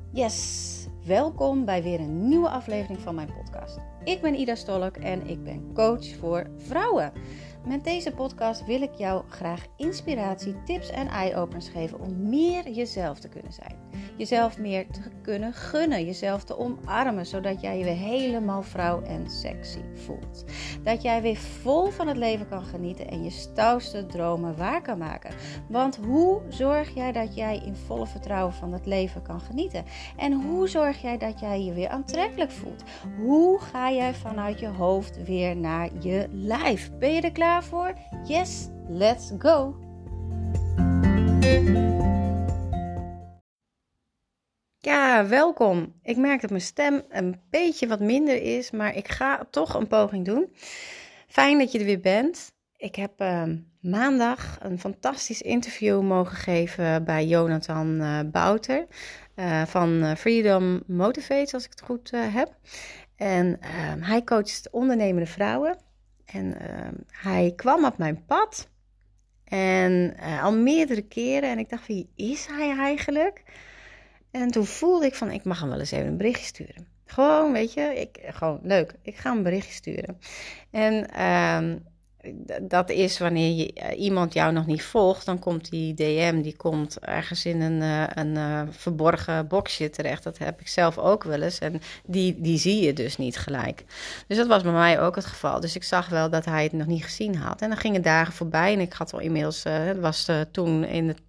Yes, welkom bij weer een nieuwe aflevering van mijn podcast. Ik ben Ida Stolk en ik ben coach voor vrouwen. Met deze podcast wil ik jou graag inspiratie, tips en eye-openers geven om meer jezelf te kunnen zijn. Jezelf meer te kunnen gunnen, jezelf te omarmen, zodat jij je weer helemaal vrouw en sexy voelt. Dat jij weer vol van het leven kan genieten en je stoutste dromen waar kan maken. Want hoe zorg jij dat jij in volle vertrouwen van het leven kan genieten? En hoe zorg jij dat jij je weer aantrekkelijk voelt? Hoe ga jij vanuit je hoofd weer naar je lijf? Ben je er klaar voor? Yes, let's go! Ja, welkom. Ik merk dat mijn stem een beetje wat minder is, maar ik ga toch een poging doen. Fijn dat je er weer bent. Ik heb maandag een fantastisch interview mogen geven bij Jonathan Bouter van Freedom Motivates, als ik het goed heb. En hij coacht ondernemende vrouwen. En hij kwam op mijn pad. En al meerdere keren. En ik dacht, wie is hij eigenlijk? En toen voelde ik van, ik mag hem wel eens even een berichtje sturen. Gewoon, weet je, gewoon leuk. Ik ga hem een berichtje sturen. En dat is wanneer iemand jou nog niet volgt, dan komt die DM, die komt ergens in een verborgen boxje terecht. Dat heb ik zelf ook wel eens. En die zie je dus niet gelijk. Dus dat was bij mij ook het geval. Dus ik zag wel dat hij het nog niet gezien had. En dan gingen dagen voorbij en ik had al inmiddels, het was toen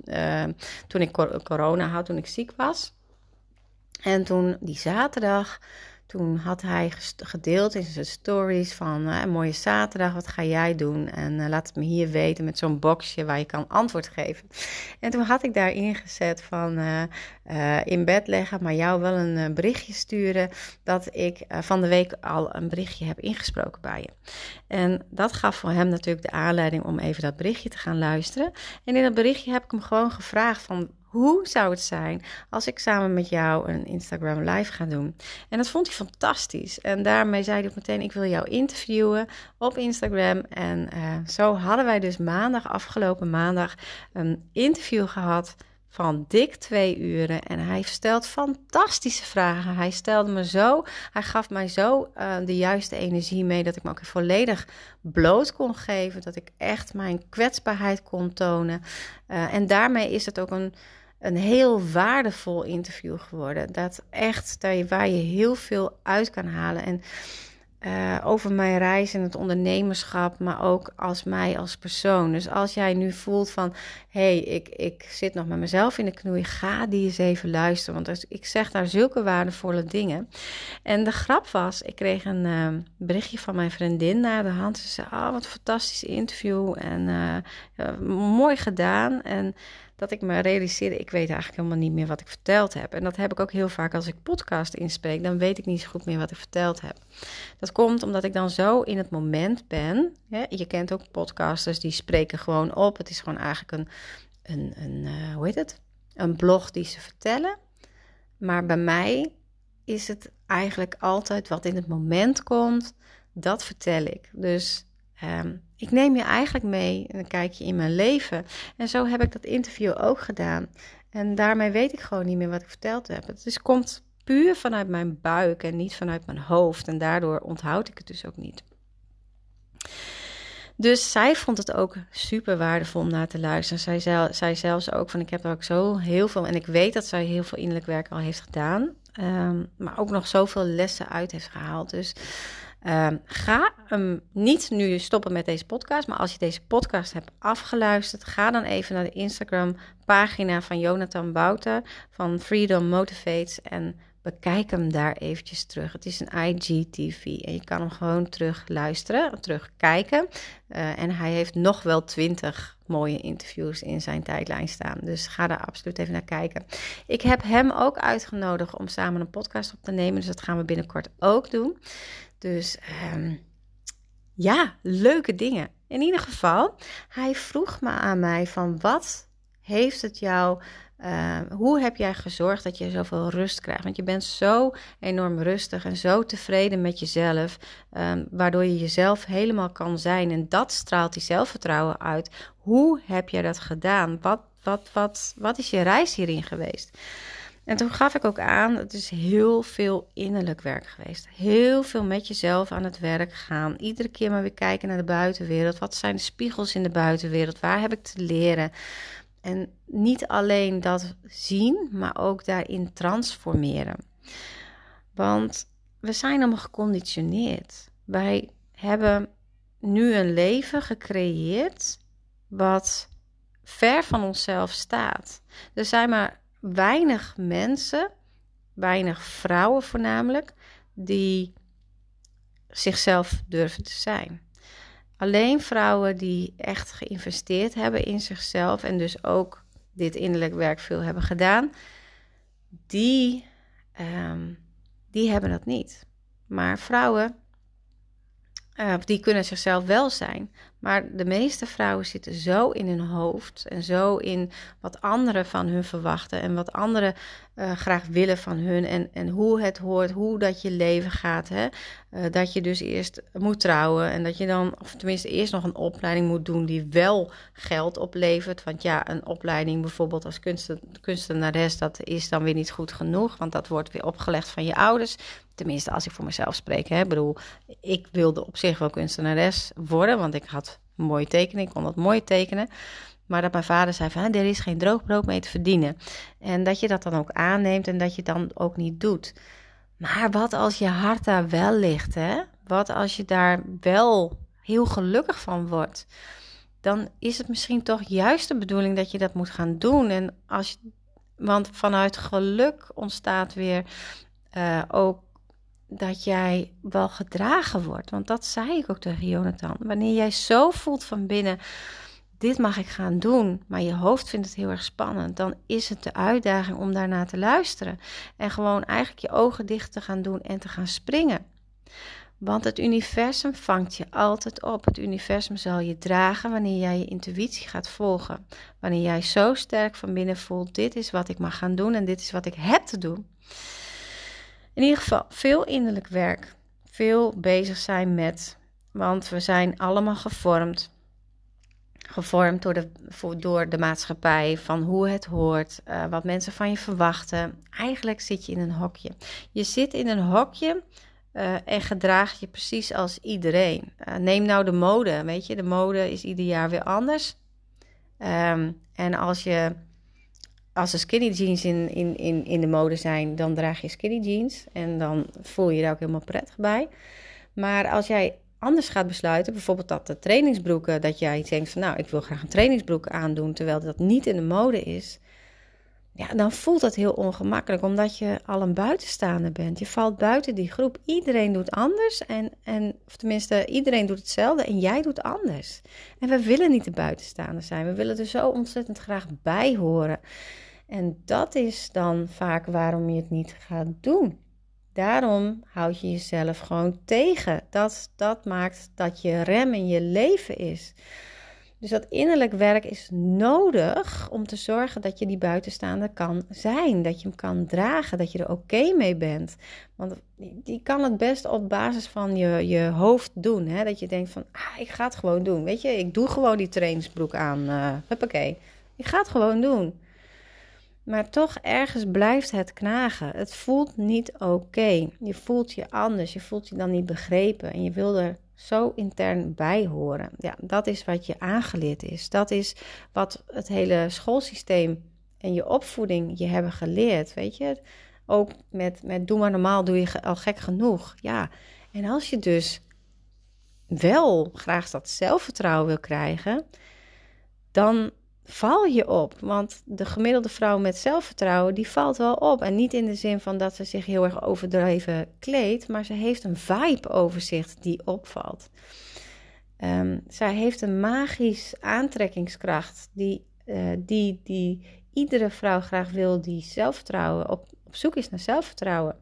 ik corona had, toen ik ziek was. En toen die zaterdag, toen had hij gedeeld in zijn stories van een mooie zaterdag, wat ga jij doen? En laat het me hier weten met zo'n boxje waar je kan antwoord geven. En toen had ik daarin gezet van in bed leggen, maar jou wel een berichtje sturen dat ik van de week al een berichtje heb ingesproken bij je. En dat gaf voor hem natuurlijk de aanleiding om even dat berichtje te gaan luisteren. En in dat berichtje heb ik hem gewoon gevraagd van, hoe zou het zijn als ik samen met jou een Instagram live ga doen? En dat vond hij fantastisch. En daarmee zei hij ook meteen, ik wil jou interviewen op Instagram. En zo hadden wij dus afgelopen maandag, een interview gehad van dik 2 uren. En hij stelt fantastische vragen. Hij gaf mij zo de juiste energie mee dat ik me ook volledig bloot kon geven. Dat ik echt mijn kwetsbaarheid kon tonen. En daarmee is het ook een heel waardevol interview geworden. Waar je heel veel uit kan halen. En over mijn reis in het ondernemerschap, maar ook als mij als persoon. Dus als jij nu voelt van, ik zit nog met mezelf in de knoei, ga die eens even luisteren. Want ik zeg daar zulke waardevolle dingen. En de grap was, ik kreeg een berichtje van mijn vriendin na de hand. Ze zei, wat een fantastisch interview en mooi gedaan. En dat ik me realiseerde, ik weet eigenlijk helemaal niet meer wat ik verteld heb. En dat heb ik ook heel vaak als ik podcast inspreek. Dan weet ik niet zo goed meer wat ik verteld heb. Dat komt omdat ik dan zo in het moment ben. Je kent ook podcasters, die spreken gewoon op. Het is gewoon eigenlijk een blog die ze vertellen. Maar bij mij is het eigenlijk altijd wat in het moment komt, dat vertel ik. Dus ik neem je eigenlijk mee en dan kijk je in mijn leven. En zo heb ik dat interview ook gedaan. En daarmee weet ik gewoon niet meer wat ik verteld heb. Het komt puur vanuit mijn buik en niet vanuit mijn hoofd. En daardoor onthoud ik het dus ook niet. Dus zij vond het ook super waardevol om naar te luisteren. Zij zei zelfs ook van, ik heb er ook zo heel veel, en ik weet dat zij heel veel innerlijk werk al heeft gedaan. Maar ook nog zoveel lessen uit heeft gehaald. Dus ga hem niet nu stoppen met deze podcast, maar als je deze podcast hebt afgeluisterd, ga dan even naar de Instagram pagina van Jonathan Bouter van Freedom Motivates en bekijk hem daar eventjes terug. Het is een IGTV en je kan hem gewoon terug luisteren, terugkijken. En hij heeft nog wel 20 mooie interviews in zijn tijdlijn staan. Dus ga daar absoluut even naar kijken. Ik heb hem ook uitgenodigd om samen een podcast op te nemen. Dus dat gaan we binnenkort ook doen. Dus leuke dingen. In ieder geval, hij vroeg me aan mij van, wat heeft het jou, hoe heb jij gezorgd dat je zoveel rust krijgt? Want je bent zo enorm rustig en zo tevreden met jezelf, waardoor je jezelf helemaal kan zijn. En dat straalt die zelfvertrouwen uit. Hoe heb jij dat gedaan? Wat is je reis hierin geweest? En toen gaf ik ook aan, het is heel veel innerlijk werk geweest. Heel veel met jezelf aan het werk gaan. Iedere keer maar weer kijken naar de buitenwereld. Wat zijn de spiegels in de buitenwereld? Waar heb ik te leren? En niet alleen dat zien, maar ook daarin transformeren. Want we zijn allemaal geconditioneerd. Wij hebben nu een leven gecreëerd wat ver van onszelf staat. Er zijn maar weinig mensen, weinig vrouwen voornamelijk, die zichzelf durven te zijn. Alleen vrouwen die echt geïnvesteerd hebben in zichzelf en dus ook dit innerlijk werk veel hebben gedaan, die hebben dat niet. Maar vrouwen, die kunnen zichzelf wel zijn. Maar de meeste vrouwen zitten zo in hun hoofd en zo in wat anderen van hun verwachten en wat anderen graag willen van hun en hoe het hoort, hoe dat je leven gaat. Hè? Dat je dus eerst moet trouwen en dat je dan, of tenminste eerst nog een opleiding moet doen die wel geld oplevert. Want ja, een opleiding bijvoorbeeld als kunstenares, dat is dan weer niet goed genoeg, want dat wordt weer opgelegd van je ouders. Tenminste, als ik voor mezelf spreek. Hè? Ik bedoel, ik wilde op zich wel kunstenares worden, want ik had mooi tekenen, ik kon dat mooi tekenen. Maar dat mijn vader zei van, er is geen droog brood mee te verdienen. En dat je dat dan ook aanneemt en dat je het dan ook niet doet. Maar wat als je hart daar wel ligt, hè? Wat als je daar wel heel gelukkig van wordt? Dan is het misschien toch juist de bedoeling dat je dat moet gaan doen. En want vanuit geluk ontstaat weer ook dat jij wel gedragen wordt. Want dat zei ik ook tegen Jonathan. Wanneer jij zo voelt van binnen, dit mag ik gaan doen, maar je hoofd vindt het heel erg spannend, dan is het de uitdaging om daarna te luisteren. En gewoon eigenlijk je ogen dicht te gaan doen en te gaan springen. Want het universum vangt je altijd op. Het universum zal je dragen wanneer jij je intuïtie gaat volgen. Wanneer jij zo sterk van binnen voelt, dit is wat ik mag gaan doen en dit is wat ik heb te doen. In ieder geval veel innerlijk werk. Veel bezig zijn met, want we zijn allemaal gevormd door de maatschappij, van hoe het hoort, wat mensen van je verwachten. Eigenlijk zit je in een hokje. Je zit in een hokje en gedraag je precies als iedereen. Neem nou de mode, weet je. De mode is ieder jaar weer anders. En als er skinny jeans in de mode zijn, dan draag je skinny jeans. En dan voel je je daar ook helemaal prettig bij. Maar als jij anders gaat besluiten, bijvoorbeeld dat de trainingsbroeken, dat jij denkt van nou, ik wil graag een trainingsbroek aandoen, terwijl dat niet in de mode is. Ja, dan voelt dat heel ongemakkelijk, omdat je al een buitenstaander bent. Je valt buiten die groep. Iedereen doet anders, of tenminste, iedereen doet hetzelfde en jij doet anders. En we willen niet de buitenstaander zijn. We willen er zo ontzettend graag bij horen. En dat is dan vaak waarom je het niet gaat doen. Daarom houd je jezelf gewoon tegen. Dat maakt dat je rem in je leven is. Dus dat innerlijk werk is nodig om te zorgen dat je die buitenstaander kan zijn. Dat je hem kan dragen, dat je er oké mee bent. Want die kan het best op basis van je hoofd doen. Hè? Dat je denkt van, ik ga het gewoon doen. Weet je, ik doe gewoon die trainingsbroek aan. Huppakee. Ik ga het gewoon doen. Maar toch ergens blijft het knagen. Het voelt niet oké. Je voelt je anders. Je voelt je dan niet begrepen. En je wil er zo intern bij horen. Ja, dat is wat je aangeleerd is. Dat is wat het hele schoolsysteem en je opvoeding je hebben geleerd. Weet je? Ook met doe maar normaal, doe je al gek genoeg. Ja, en als je dus wel graag dat zelfvertrouwen wil krijgen, dan val je op. Want de gemiddelde vrouw met zelfvertrouwen, die valt wel op. En niet in de zin van dat ze zich heel erg overdreven kleedt, maar ze heeft een vibe over zich die opvalt. Zij heeft een magisch aantrekkingskracht die iedere vrouw graag wil, die zelfvertrouwen op zoek is naar zelfvertrouwen.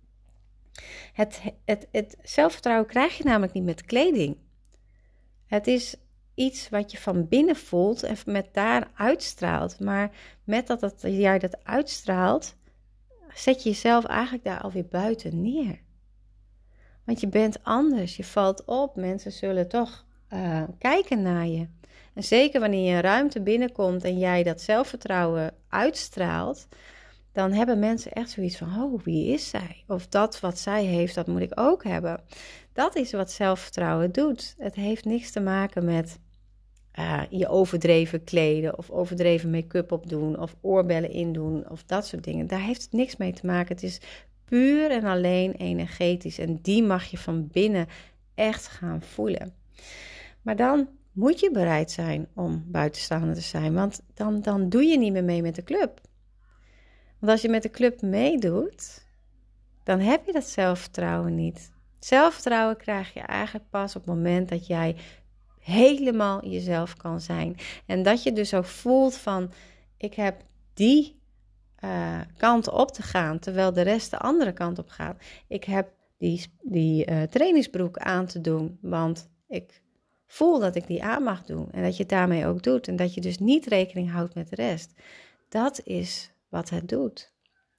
Het zelfvertrouwen krijg je namelijk niet met kleding. Het is iets wat je van binnen voelt en met daar uitstraalt. Maar met dat jij dat uitstraalt, zet je jezelf eigenlijk daar alweer buiten neer. Want je bent anders, je valt op. Mensen zullen toch kijken naar je. En zeker wanneer je een ruimte binnenkomt en jij dat zelfvertrouwen uitstraalt, dan hebben mensen echt zoiets van, oh, wie is zij? Of dat wat zij heeft, dat moet ik ook hebben. Dat is wat zelfvertrouwen doet. Het heeft niks te maken met je overdreven kleden of overdreven make-up opdoen of oorbellen indoen of dat soort dingen. Daar heeft het niks mee te maken. Het is puur en alleen energetisch en die mag je van binnen echt gaan voelen. Maar dan moet je bereid zijn om buitenstaander te zijn, want dan doe je niet meer mee met de club. Want als je met de club meedoet, dan heb je dat zelfvertrouwen niet. Zelfvertrouwen krijg je eigenlijk pas op het moment dat jij helemaal jezelf kan zijn. En dat je dus ook voelt van, ik heb die kant op te gaan, terwijl de rest de andere kant op gaat. Ik heb die trainingsbroek aan te doen, want ik voel dat ik die aan mag doen. En dat je het daarmee ook doet. En dat je dus niet rekening houdt met de rest. Dat is wat het doet.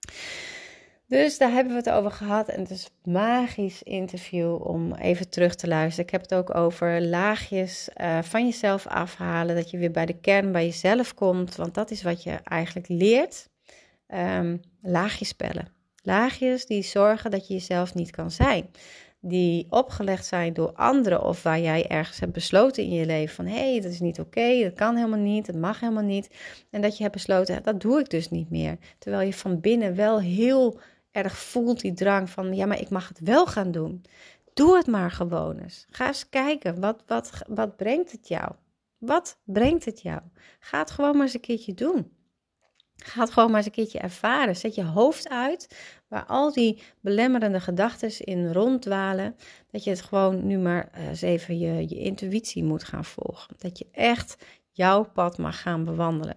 Dus daar hebben we het over gehad en het is een magisch interview om even terug te luisteren. Ik heb het ook over laagjes van jezelf afhalen, dat je weer bij de kern bij jezelf komt, want dat is wat je eigenlijk leert. Laagjes spellen. Laagjes die zorgen dat je jezelf niet kan zijn. Die opgelegd zijn door anderen of waar jij ergens hebt besloten in je leven van hé, dat is niet oké, dat kan helemaal niet, dat mag helemaal niet. En dat je hebt besloten, dat doe ik dus niet meer. Terwijl je van binnen wel heel erg voelt die drang van ja, maar ik mag het wel gaan doen. Doe het maar gewoon eens. Ga eens kijken, wat brengt het jou? Wat brengt het jou? Ga het gewoon maar eens een keertje doen. Ga het gewoon maar eens een keertje ervaren. Zet je hoofd uit waar al die belemmerende gedachten in ronddwalen. Dat je het gewoon nu maar eens even je intuïtie moet gaan volgen. Dat je echt jouw pad mag gaan bewandelen.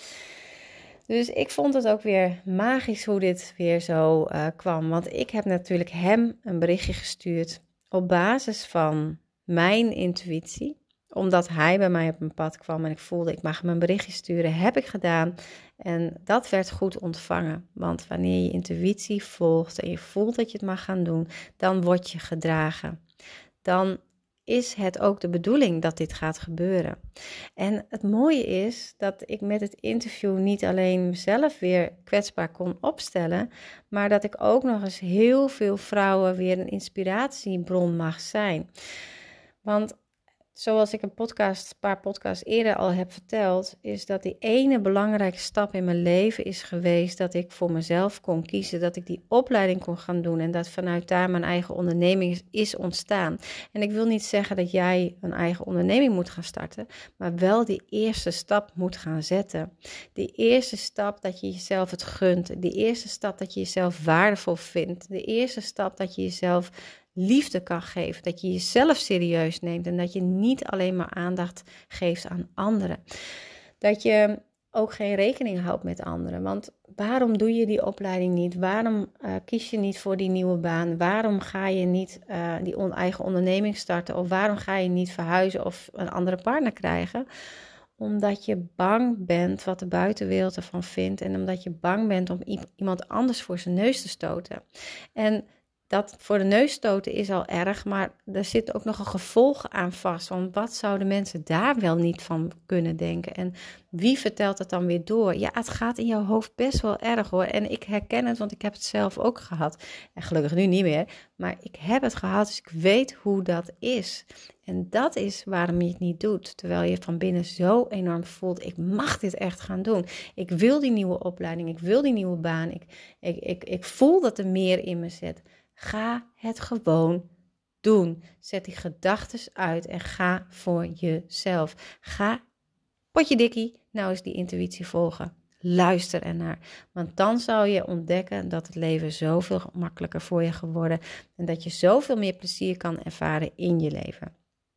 Dus ik vond het ook weer magisch hoe dit weer zo kwam. Want ik heb natuurlijk hem een berichtje gestuurd op basis van mijn intuïtie. Omdat hij bij mij op mijn pad kwam en ik voelde ik mag hem een berichtje sturen. Heb ik gedaan. En dat werd goed ontvangen. Want wanneer je intuïtie volgt en je voelt dat je het mag gaan doen, dan word je gedragen. Dan is het ook de bedoeling dat dit gaat gebeuren. En het mooie is dat ik met het interview niet alleen mezelf weer kwetsbaar kon opstellen, maar dat ik ook nog eens heel veel vrouwen weer een inspiratiebron mag zijn. Want zoals ik een paar podcasts eerder al heb verteld, is dat die ene belangrijke stap in mijn leven is geweest dat ik voor mezelf kon kiezen, dat ik die opleiding kon gaan doen en dat vanuit daar mijn eigen onderneming is ontstaan. En ik wil niet zeggen dat jij een eigen onderneming moet gaan starten, maar wel die eerste stap moet gaan zetten. Die eerste stap dat je jezelf het gunt, die eerste stap dat je jezelf waardevol vindt, de eerste stap dat je jezelf liefde kan geven, dat je jezelf serieus neemt en dat je niet alleen maar aandacht geeft aan anderen. Dat je ook geen rekening houdt met anderen, want waarom doe je die opleiding niet? Waarom kies je niet voor die nieuwe baan? Waarom ga je niet die eigen onderneming starten? Of waarom ga je niet verhuizen of een andere partner krijgen? Omdat je bang bent wat de buitenwereld ervan vindt en omdat je bang bent om iemand anders voor zijn neus te stoten. En dat voor de neus stoten is al erg, maar er zit ook nog een gevolg aan vast. Want wat zouden mensen daar wel niet van kunnen denken? En wie vertelt het dan weer door? Ja, het gaat in jouw hoofd best wel erg hoor. En ik herken het, want ik heb het zelf ook gehad. En gelukkig nu niet meer, maar ik heb het gehad, dus ik weet hoe dat is. En dat is waarom je het niet doet. Terwijl je van binnen zo enorm voelt, ik mag dit echt gaan doen. Ik wil die nieuwe opleiding, ik wil die nieuwe baan. Ik voel dat er meer in me zit. Ga het gewoon doen. Zet die gedachten uit en ga voor jezelf. Ga, potjedikkie, nou eens die intuïtie volgen. Luister ernaar. Want dan zal je ontdekken dat het leven zoveel makkelijker voor je geworden. En dat je zoveel meer plezier kan ervaren in je leven.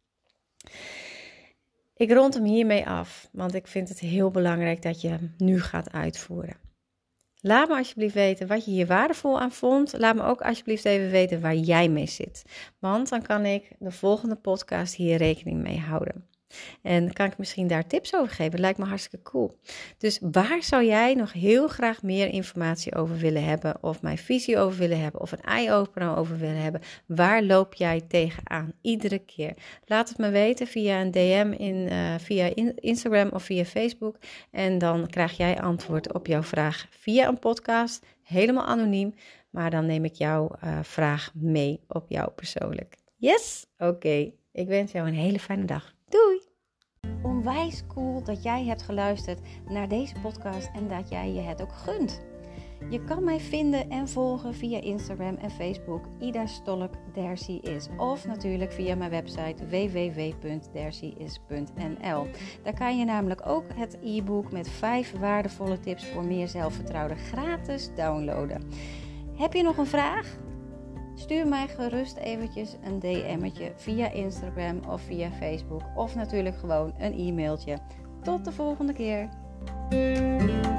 Ik rond hem hiermee af. Want ik vind het heel belangrijk dat je hem nu gaat uitvoeren. Laat me alsjeblieft weten wat je hier waardevol aan vond. Laat me ook alsjeblieft even weten waar jij mee zit. Want dan kan ik de volgende podcast hier rekening mee houden. En kan ik misschien daar tips over geven? Lijkt me hartstikke cool. Dus waar zou jij nog heel graag meer informatie over willen hebben? Of mijn visie over willen hebben? Of een eye-opener over willen hebben? Waar loop jij tegenaan? Iedere keer. Laat het me weten via een DM via Instagram of via Facebook. En dan krijg jij antwoord op jouw vraag via een podcast. Helemaal anoniem. Maar dan neem ik jouw vraag mee op jou persoonlijk. Yes? Oké. Ik wens jou een hele fijne dag. Doei! Onwijs cool dat jij hebt geluisterd naar deze podcast en dat jij je het ook gunt. Je kan mij vinden en volgen via Instagram en Facebook Ida Stolk There She Is. Of natuurlijk via mijn website www.theresheis.nl. Daar kan je namelijk ook het e-book met 5 waardevolle tips voor meer zelfvertrouwen gratis downloaden. Heb je nog een vraag? Stuur mij gerust eventjes een DM'tje via Instagram of via Facebook. Of natuurlijk gewoon een e-mailtje. Tot de volgende keer.